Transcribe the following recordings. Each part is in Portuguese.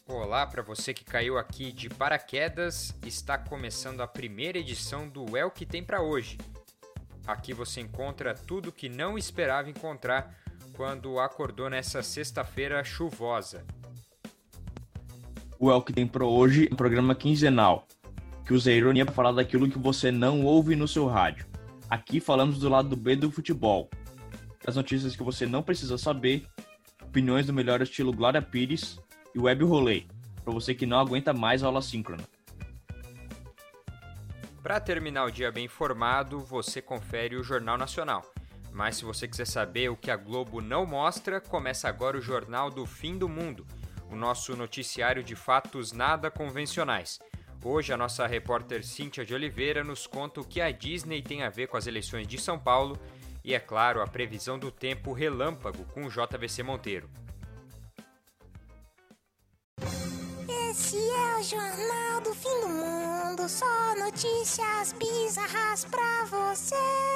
Olá para você que caiu aqui de paraquedas, está começando a primeira edição do É o que tem para hoje. Aqui você encontra tudo que não esperava encontrar quando acordou nessa sexta-feira chuvosa. O É o que tem para hoje é um programa quinzenal, que usa a ironia para falar daquilo que você não ouve no seu rádio. Aqui falamos do lado B do futebol, das notícias que você não precisa saber, opiniões do melhor estilo Glória Pires e Web Rolê, para você que não aguenta mais aula síncrona. Para terminar o dia bem informado, você confere o Jornal Nacional. Mas se você quiser saber o que a Globo não mostra, começa agora o Jornal do Fim do Mundo, o nosso noticiário de fatos nada convencionais. Hoje a nossa repórter Cíntia de Oliveira nos conta o que a Disney tem a ver com as eleições de São Paulo e, é claro, a previsão do tempo relâmpago com o JVC Monteiro. Esse é o Jornal do Fim do Mundo, só notícias bizarras pra você.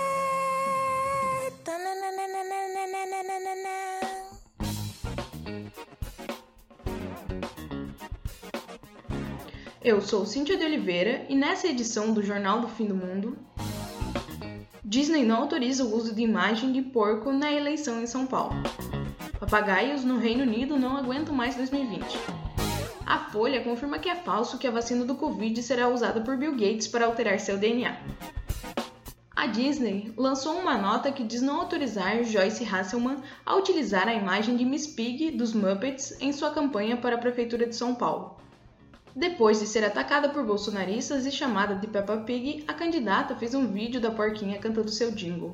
Eu sou Cíntia de Oliveira e nessa edição do Jornal do Fim do Mundo, Disney não autoriza o uso de imagem de porco na eleição em São Paulo. Papagaios no Reino Unido não aguentam mais 2020. A Folha confirma que é falso que a vacina do Covid será usada por Bill Gates para alterar seu DNA. A Disney lançou uma nota que diz não autorizar Joyce Hasselman a utilizar a imagem de Miss Piggy dos Muppets em sua campanha para a Prefeitura de São Paulo. Depois de ser atacada por bolsonaristas e chamada de Peppa Pig, a candidata fez um vídeo da porquinha cantando seu jingle.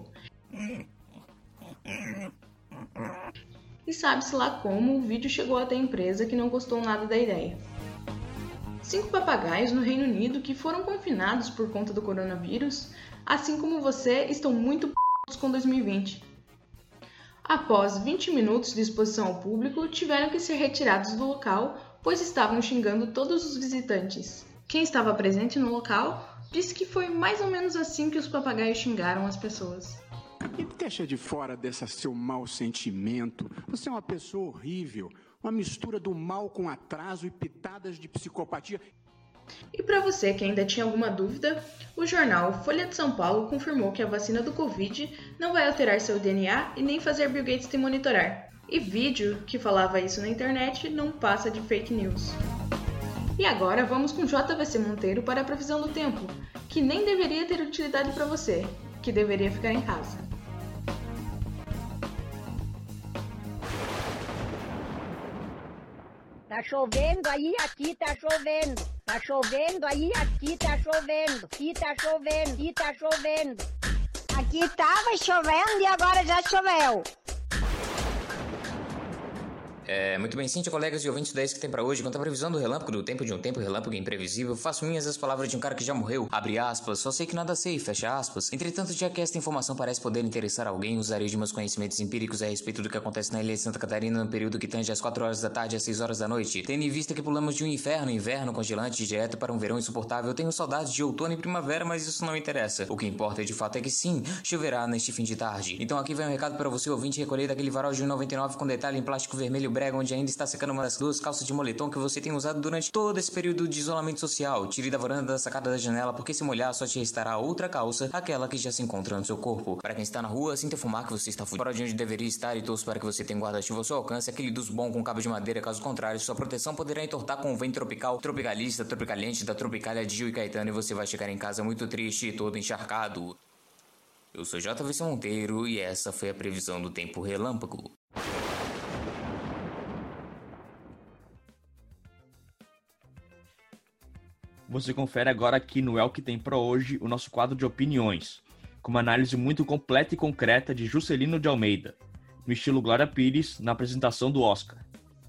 E sabe-se lá como o vídeo chegou até a empresa que não gostou nada da ideia. 5 papagaios no Reino Unido que foram confinados por conta do coronavírus, assim como você, estão muito p***os com 2020. Após 20 minutos de exposição ao público, tiveram que ser retirados do local, pois estavam xingando todos os visitantes. Quem estava presente no local disse que foi mais ou menos assim que os papagaios xingaram as pessoas. E deixa de fora desse seu mau sentimento. Você é uma pessoa horrível, uma mistura do mal com atraso e pitadas de psicopatia. E para você que ainda tinha alguma dúvida, o jornal Folha de São Paulo confirmou que a vacina do Covid não vai alterar seu DNA e nem fazer Bill Gates te monitorar. E vídeo que falava isso na internet não passa de fake news. E agora vamos com JVC Monteiro para a previsão do tempo, que nem deveria ter utilidade para você, que deveria ficar em casa. Tá chovendo aí, aqui tá chovendo. Tá chovendo aí, aqui tá chovendo. Aqui tá chovendo, aqui tá chovendo. Aqui tava chovendo e agora já choveu. Muito bem, Cíntia, colegas e ouvintes da que tem pra hoje, quanto à previsão do relâmpago do tempo de um tempo relâmpago imprevisível, faço minhas as palavras de um cara que já morreu, abre aspas, só sei que nada sei, fecha aspas. Entretanto, já que esta informação parece poder interessar alguém, usarei de meus conhecimentos empíricos a respeito do que acontece na ilha de Santa Catarina no período que tange às 4 horas da tarde às 6 horas da noite. Tendo em vista que pulamos de um inverno congelante direto para um verão insuportável, tenho saudades de outono e primavera, mas isso não interessa. O que importa de fato é que sim, choverá neste fim de tarde. Então aqui vai um recado para você, ouvinte, recolher daquele varal de 1,99 com detalhe em plástico vermelho brega, onde ainda está secando uma das 2 calças de moletom que você tem usado durante todo esse período de isolamento social. Tire da varanda, da sacada da janela, porque se molhar só te restará outra calça, aquela que já se encontra no seu corpo. Para quem está na rua, sinta fumar que você está fudido fora de onde deveria estar e torço para que você tenha um guarda-chuva ao seu alcance, aquele dos bons com cabo de madeira, caso contrário, sua proteção poderá entortar com o vento tropical, tropicalista, tropicaliente da Tropicália de Gil e Caetano e você vai chegar em casa muito triste e todo encharcado. Eu sou JVC Monteiro e essa foi a previsão do tempo relâmpago. Você confere agora aqui no É o que tem pra hoje o nosso quadro de opiniões, com uma análise muito completa e concreta de Juscelino de Almeida, no estilo Glória Pires, na apresentação do Oscar.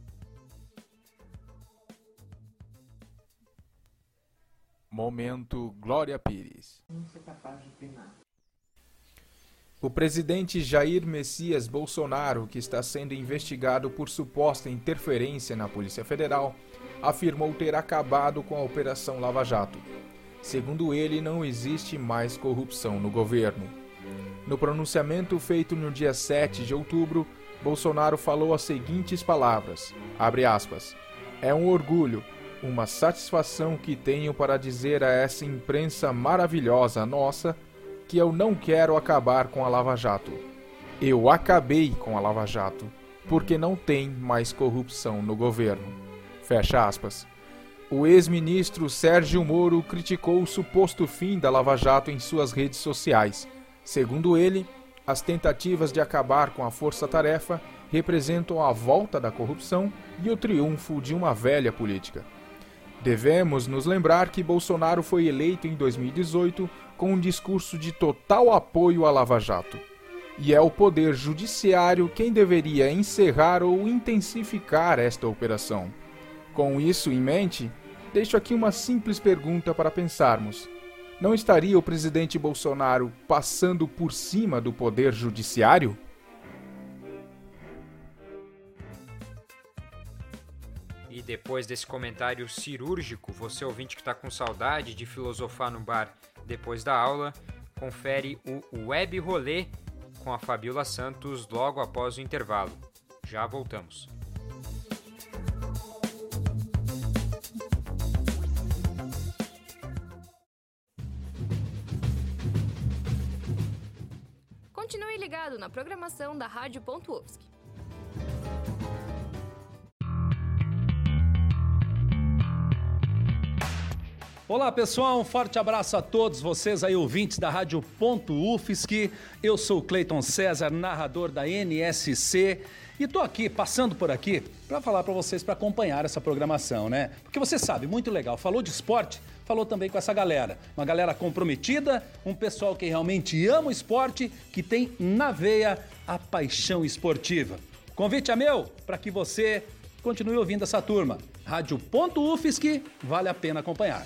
Momento Glória Pires. O presidente Jair Messias Bolsonaro, que está sendo investigado por suposta interferência na Polícia Federal, afirmou ter acabado com a Operação Lava Jato. Segundo ele, não existe mais corrupção no governo. No pronunciamento feito no dia 7 de outubro, Bolsonaro falou as seguintes palavras, abre aspas, É um orgulho, uma satisfação que tenho para dizer a essa imprensa maravilhosa nossa que eu não quero acabar com a Lava Jato. Eu acabei com a Lava Jato, porque não tem mais corrupção no governo. Fecha aspas. O ex-ministro Sérgio Moro criticou o suposto fim da Lava Jato em suas redes sociais. Segundo ele, as tentativas de acabar com a força-tarefa representam a volta da corrupção e o triunfo de uma velha política. Devemos nos lembrar que Bolsonaro foi eleito em 2018 com um discurso de total apoio à Lava Jato. E é o Poder Judiciário quem deveria encerrar ou intensificar esta operação. Com isso em mente, deixo aqui uma simples pergunta para pensarmos. Não estaria o presidente Bolsonaro passando por cima do Poder Judiciário? E depois desse comentário cirúrgico, você ouvinte que está com saudade de filosofar no bar depois da aula, confere o Web Rolê com a Fabiola Santos logo após o intervalo. Já voltamos. Continue ligado na programação da Rádio.UFSC. Olá pessoal, um forte abraço a todos vocês aí ouvintes da Rádio.UFSC. Eu sou o Cleiton César, narrador da NSC, e tô aqui, passando por aqui, para falar para vocês, para acompanhar essa programação, né? Porque você sabe, muito legal, falou de esporte, falou também com essa galera, uma galera comprometida, um pessoal que realmente ama o esporte, que tem na veia a paixão esportiva. O convite é meu para que você continue ouvindo essa turma. Rádio.UFSC, vale a pena acompanhar.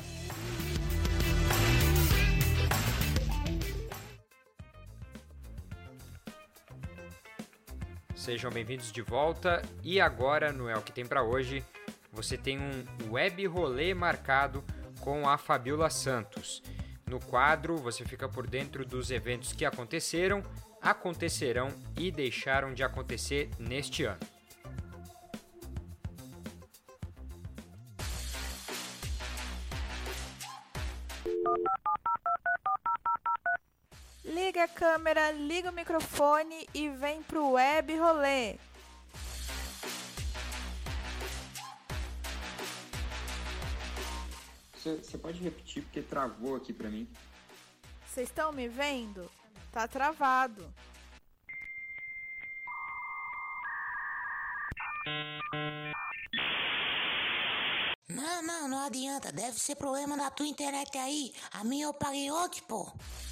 Sejam bem-vindos de volta e agora no É o que tem pra hoje, você tem um web rolê marcado com a Fabiola Santos. No quadro, você fica por dentro dos eventos que aconteceram, acontecerão e deixaram de acontecer neste ano. Liga a câmera, liga o microfone e vem pro Web Rolê. Você pode repetir porque travou aqui pra mim. Vocês estão me vendo? Tá travado. Não adianta. Deve ser problema da tua internet aí. A minha eu paguei ontem, pô.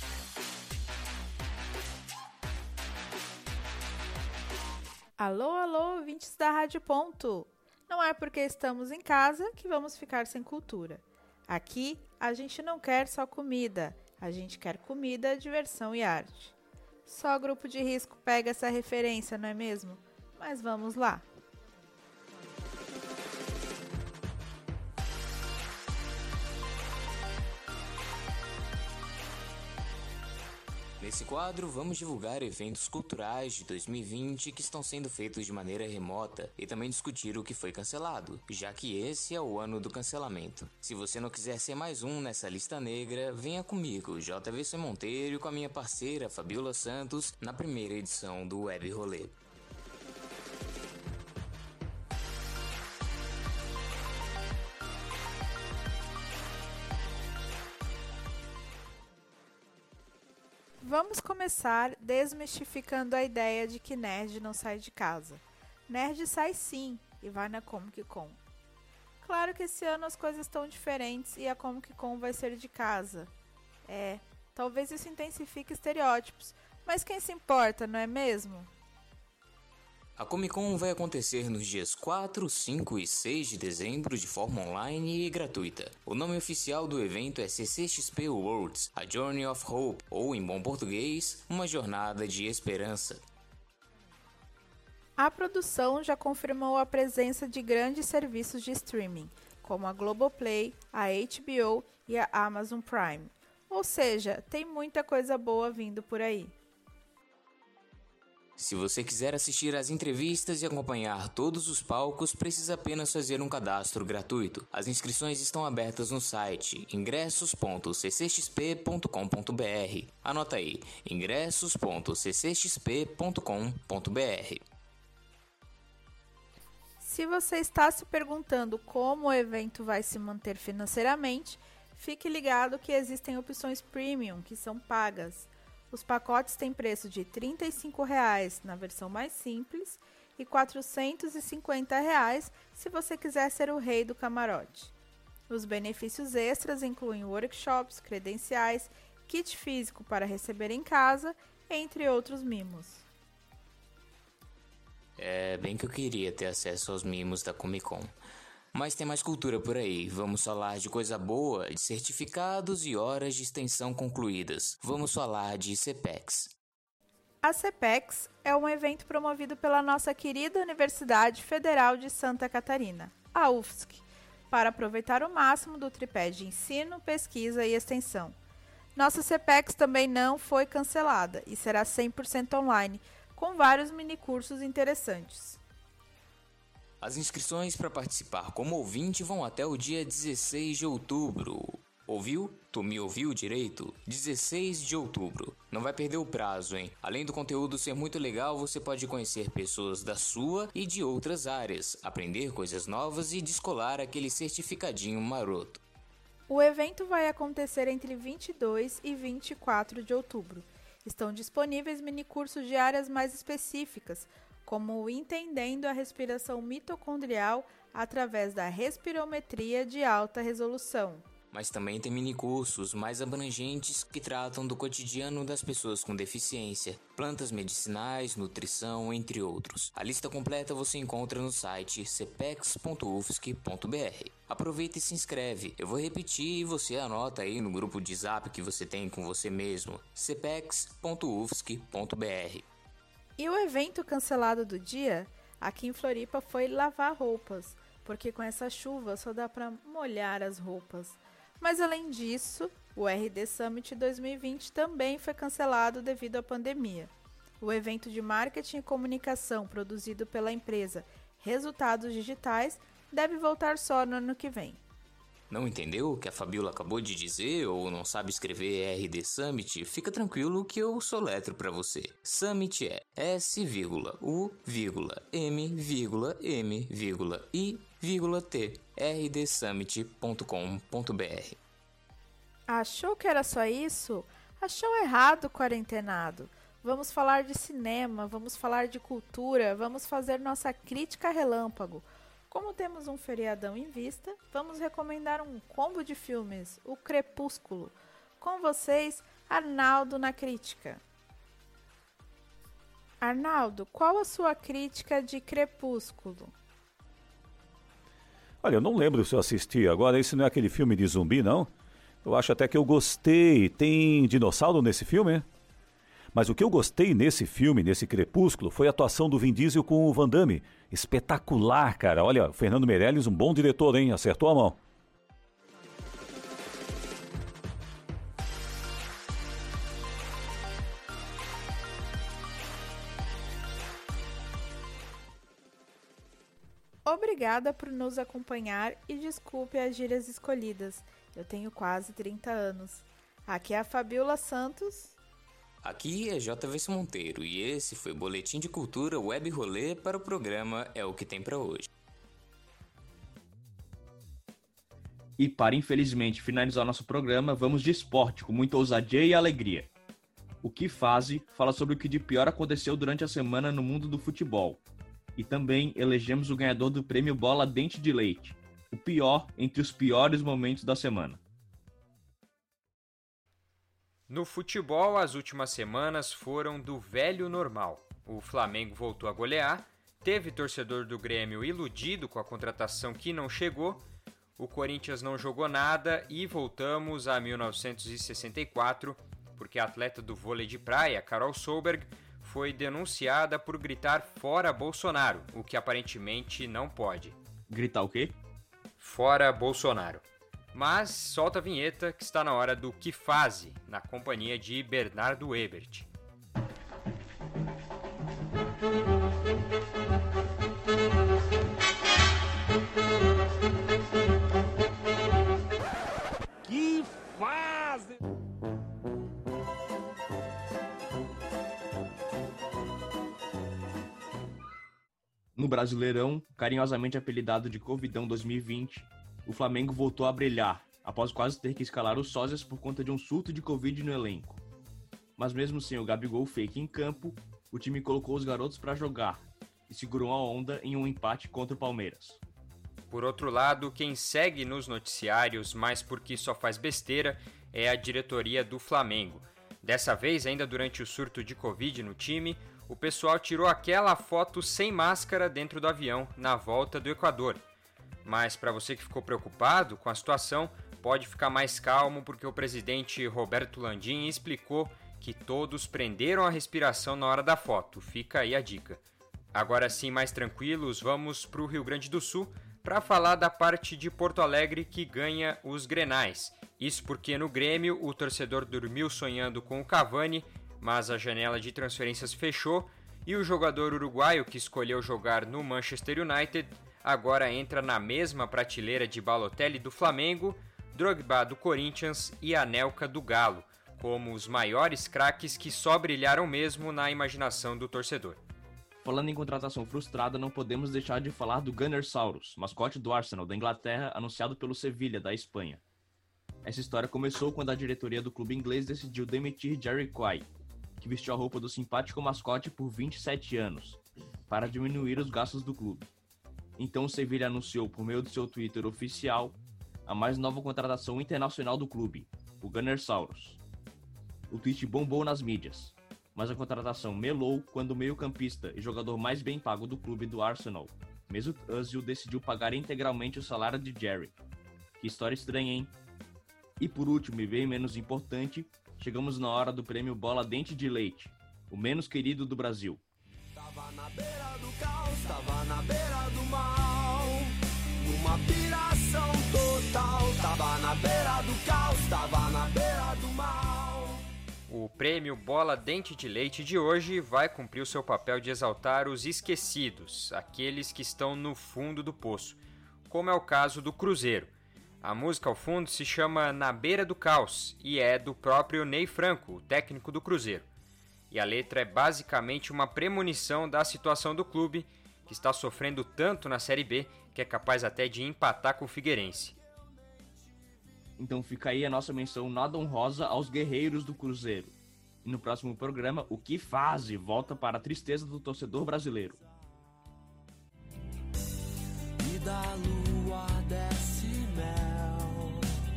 Alô, ouvintes da Rádio Ponto. Não é porque estamos em casa que vamos ficar sem cultura. Aqui, a gente não quer só comida. A gente quer comida, diversão e arte. Só grupo de risco pega essa referência, não é mesmo? Mas vamos lá. Nesse quadro, vamos divulgar eventos culturais de 2020 que estão sendo feitos de maneira remota e também discutir o que foi cancelado, já que esse é o ano do cancelamento. Se você não quiser ser mais um nessa lista negra, venha comigo, JVC Monteiro, e com a minha parceira Fabiola Santos, na primeira edição do Web Rolê. Vamos começar desmistificando a ideia de que nerd não sai de casa. Nerd sai sim e vai na Comic Con. Claro que esse ano as coisas estão diferentes e a Comic Con vai ser de casa. Talvez isso intensifique estereótipos, mas quem se importa, não é mesmo? A Comic Con vai acontecer nos dias 4, 5 e 6 de dezembro de forma online e gratuita. O nome oficial do evento é CCXP Worlds, A Journey of Hope, ou em bom português, uma jornada de esperança. A produção já confirmou a presença de grandes serviços de streaming, como a Globoplay, a HBO e a Amazon Prime. Ou seja, tem muita coisa boa vindo por aí. Se você quiser assistir às entrevistas e acompanhar todos os palcos, precisa apenas fazer um cadastro gratuito. As inscrições estão abertas no site ingressos.ccxp.com.br. Anota aí, ingressos.ccxp.com.br. Se você está se perguntando como o evento vai se manter financeiramente, fique ligado que existem opções premium que são pagas. Os pacotes têm preço de R$ 35,00 na versão mais simples e R$ 450,00 se você quiser ser o rei do camarote. Os benefícios extras incluem workshops, credenciais, kit físico para receber em casa, entre outros mimos. É bem que eu queria ter acesso aos mimos da Comic Con. Mas tem mais cultura por aí. Vamos falar de coisa boa, de certificados e horas de extensão concluídas. Vamos falar de CPEX. A CPEX é um evento promovido pela nossa querida Universidade Federal de Santa Catarina, a UFSC, para aproveitar o máximo do tripé de ensino, pesquisa e extensão. Nossa CPEX também não foi cancelada e será 100% online, com vários minicursos interessantes. As inscrições para participar como ouvinte vão até o dia 16 de outubro. Ouviu? Tu me ouviu direito? 16 de outubro. Não vai perder o prazo, hein? Além do conteúdo ser muito legal, você pode conhecer pessoas da sua e de outras áreas, aprender coisas novas e descolar aquele certificadinho maroto. O evento vai acontecer entre 22 e 24 de outubro. Estão disponíveis minicursos de áreas mais específicas, como o Entendendo a Respiração Mitocondrial através da respirometria de alta resolução. Mas também tem minicursos mais abrangentes que tratam do cotidiano das pessoas com deficiência, plantas medicinais, nutrição, entre outros. A lista completa você encontra no site cpex.ufsc.br. Aproveita e se inscreve. Eu vou repetir e você anota aí no grupo de zap que você tem com você mesmo, cpex.ufsc.br. E o evento cancelado do dia, aqui em Floripa, foi lavar roupas, porque com essa chuva só dá para molhar as roupas. Mas além disso, o RD Summit 2020 também foi cancelado devido à pandemia. O evento de marketing e comunicação produzido pela empresa Resultados Digitais deve voltar só no ano que vem. Não entendeu o que a Fabiola acabou de dizer ou não sabe escrever RD Summit? Fica tranquilo que eu soletro para você. Summit é S,U,M,M,I,T rdsummit.com.br. Achou que era só isso? Achou errado, quarentenado. Vamos falar de cinema, vamos falar de cultura, vamos fazer nossa crítica relâmpago. Como temos um feriadão em vista, vamos recomendar um combo de filmes, O Crepúsculo. Com vocês, Arnaldo na crítica. Arnaldo, qual a sua crítica de Crepúsculo? Olha, eu não lembro se eu assisti agora, esse não é aquele filme de zumbi, não? Eu acho até que eu gostei. Tem dinossauro nesse filme, hein? Mas o que eu gostei nesse filme, nesse Crepúsculo, foi a atuação do Vin Diesel com o Van Damme. Espetacular, cara. Olha, Fernando Meirelles, um bom diretor, hein? Acertou a mão. Obrigada por nos acompanhar e desculpe as gírias escolhidas. Eu tenho quase 30 anos. Aqui é a Fabiola Santos. Aqui é JVC Monteiro e esse foi o Boletim de Cultura Web Rolê para o programa É o que Tem Pra Hoje. E para, infelizmente, finalizar nosso programa, vamos de esporte, com muita ousadia e alegria. O Que Faze fala sobre o que de pior aconteceu durante a semana no mundo do futebol. E também elegemos o ganhador do prêmio Bola Dente de Leite, o pior entre os piores momentos da semana. No futebol, as últimas semanas foram do velho normal. O Flamengo voltou a golear, teve torcedor do Grêmio iludido com a contratação que não chegou, o Corinthians não jogou nada e voltamos a 1964, porque a atleta do vôlei de praia, Carol Solberg, foi denunciada por gritar fora Bolsonaro, o que aparentemente não pode. Gritar o quê? Fora Bolsonaro. Mas solta a vinheta que está na hora do Que Faze, na companhia de Bernardo Ebert. Que fase! No Brasileirão, carinhosamente apelidado de Covidão 2020, o Flamengo voltou a brilhar, após quase ter que escalar os sósias por conta de um surto de Covid no elenco. Mas mesmo sem o Gabigol fake em campo, o time colocou os garotos para jogar e segurou a onda em um empate contra o Palmeiras. Por outro lado, quem segue nos noticiários, mas porque só faz besteira, é a diretoria do Flamengo. Dessa vez, ainda durante o surto de Covid no time, o pessoal tirou aquela foto sem máscara dentro do avião na volta do Equador. Mas para você que ficou preocupado com a situação, pode ficar mais calmo porque o presidente Roberto Landim explicou que todos prenderam a respiração na hora da foto. Fica aí a dica. Agora sim, mais tranquilos, vamos para o Rio Grande do Sul para falar da parte de Porto Alegre que ganha os Grenais. Isso porque no Grêmio o torcedor dormiu sonhando com o Cavani, mas a janela de transferências fechou e o jogador uruguaio que escolheu jogar no Manchester United agora entra na mesma prateleira de Balotelli do Flamengo, Drogba do Corinthians e Anelka do Galo, como os maiores craques que só brilharam mesmo na imaginação do torcedor. Falando em contratação frustrada, não podemos deixar de falar do Gunnersaurus, mascote do Arsenal da Inglaterra, anunciado pelo Sevilha da Espanha. Essa história começou quando a diretoria do clube inglês decidiu demitir Jerry Quay, que vestiu a roupa do simpático mascote por 27 anos, para diminuir os gastos do clube. Então o Sevilha anunciou por meio do seu Twitter oficial a mais nova contratação internacional do clube, o Gunnersaurus. O tweet bombou nas mídias, mas a contratação melou quando o meio-campista e jogador mais bem pago do clube do Arsenal, Mesut Özil, decidiu pagar integralmente o salário de Jerry. Que história estranha, hein? E por último, e bem menos importante, chegamos na hora do prêmio Bola Dente de Leite, o menos querido do Brasil. Tava na beira do caos, tava na beira do mal, numa piração total. Tava na beira do caos, tava na beira do mal. O prêmio Bola Dente de Leite de hoje vai cumprir o seu papel de exaltar os esquecidos, aqueles que estão no fundo do poço, como é o caso do Cruzeiro. A música ao fundo se chama Na Beira do Caos e é do próprio Ney Franco, o técnico do Cruzeiro. E a letra é basicamente uma premonição da situação do clube, que está sofrendo tanto na Série B que é capaz até de empatar com o Figueirense. Então fica aí a nossa menção nada honrosa aos guerreiros do Cruzeiro. E no próximo programa, o Que Faze volta para a tristeza do torcedor brasileiro. E da lua desce mel,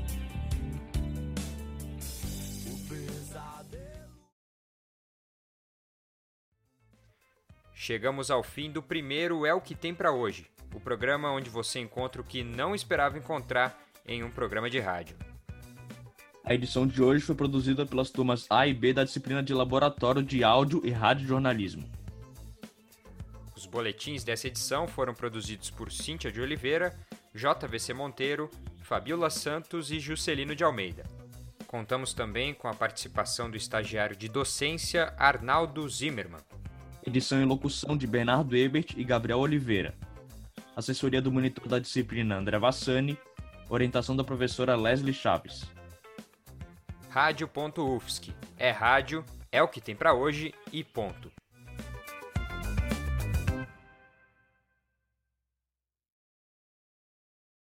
o pesadelo. Chegamos ao fim do primeiro É o que Tem Pra Hoje, o programa onde você encontra o que não esperava encontrar em um programa de rádio. A edição de hoje foi produzida pelas turmas A e B da disciplina de Laboratório de Áudio e Radiojornalismo. Os boletins dessa edição foram produzidos por Cíntia de Oliveira, JVC Monteiro, Fabiola Santos e Juscelino de Almeida. Contamos também com a participação do estagiário de docência Arnaldo Zimmermann. Edição e locução de Bernardo Ebert e Gabriel Oliveira. Assessoria do monitor da disciplina André Vassani. Orientação da professora Leslie Chaves. Rádio.UFSC. É rádio, é o que tem pra hoje e ponto.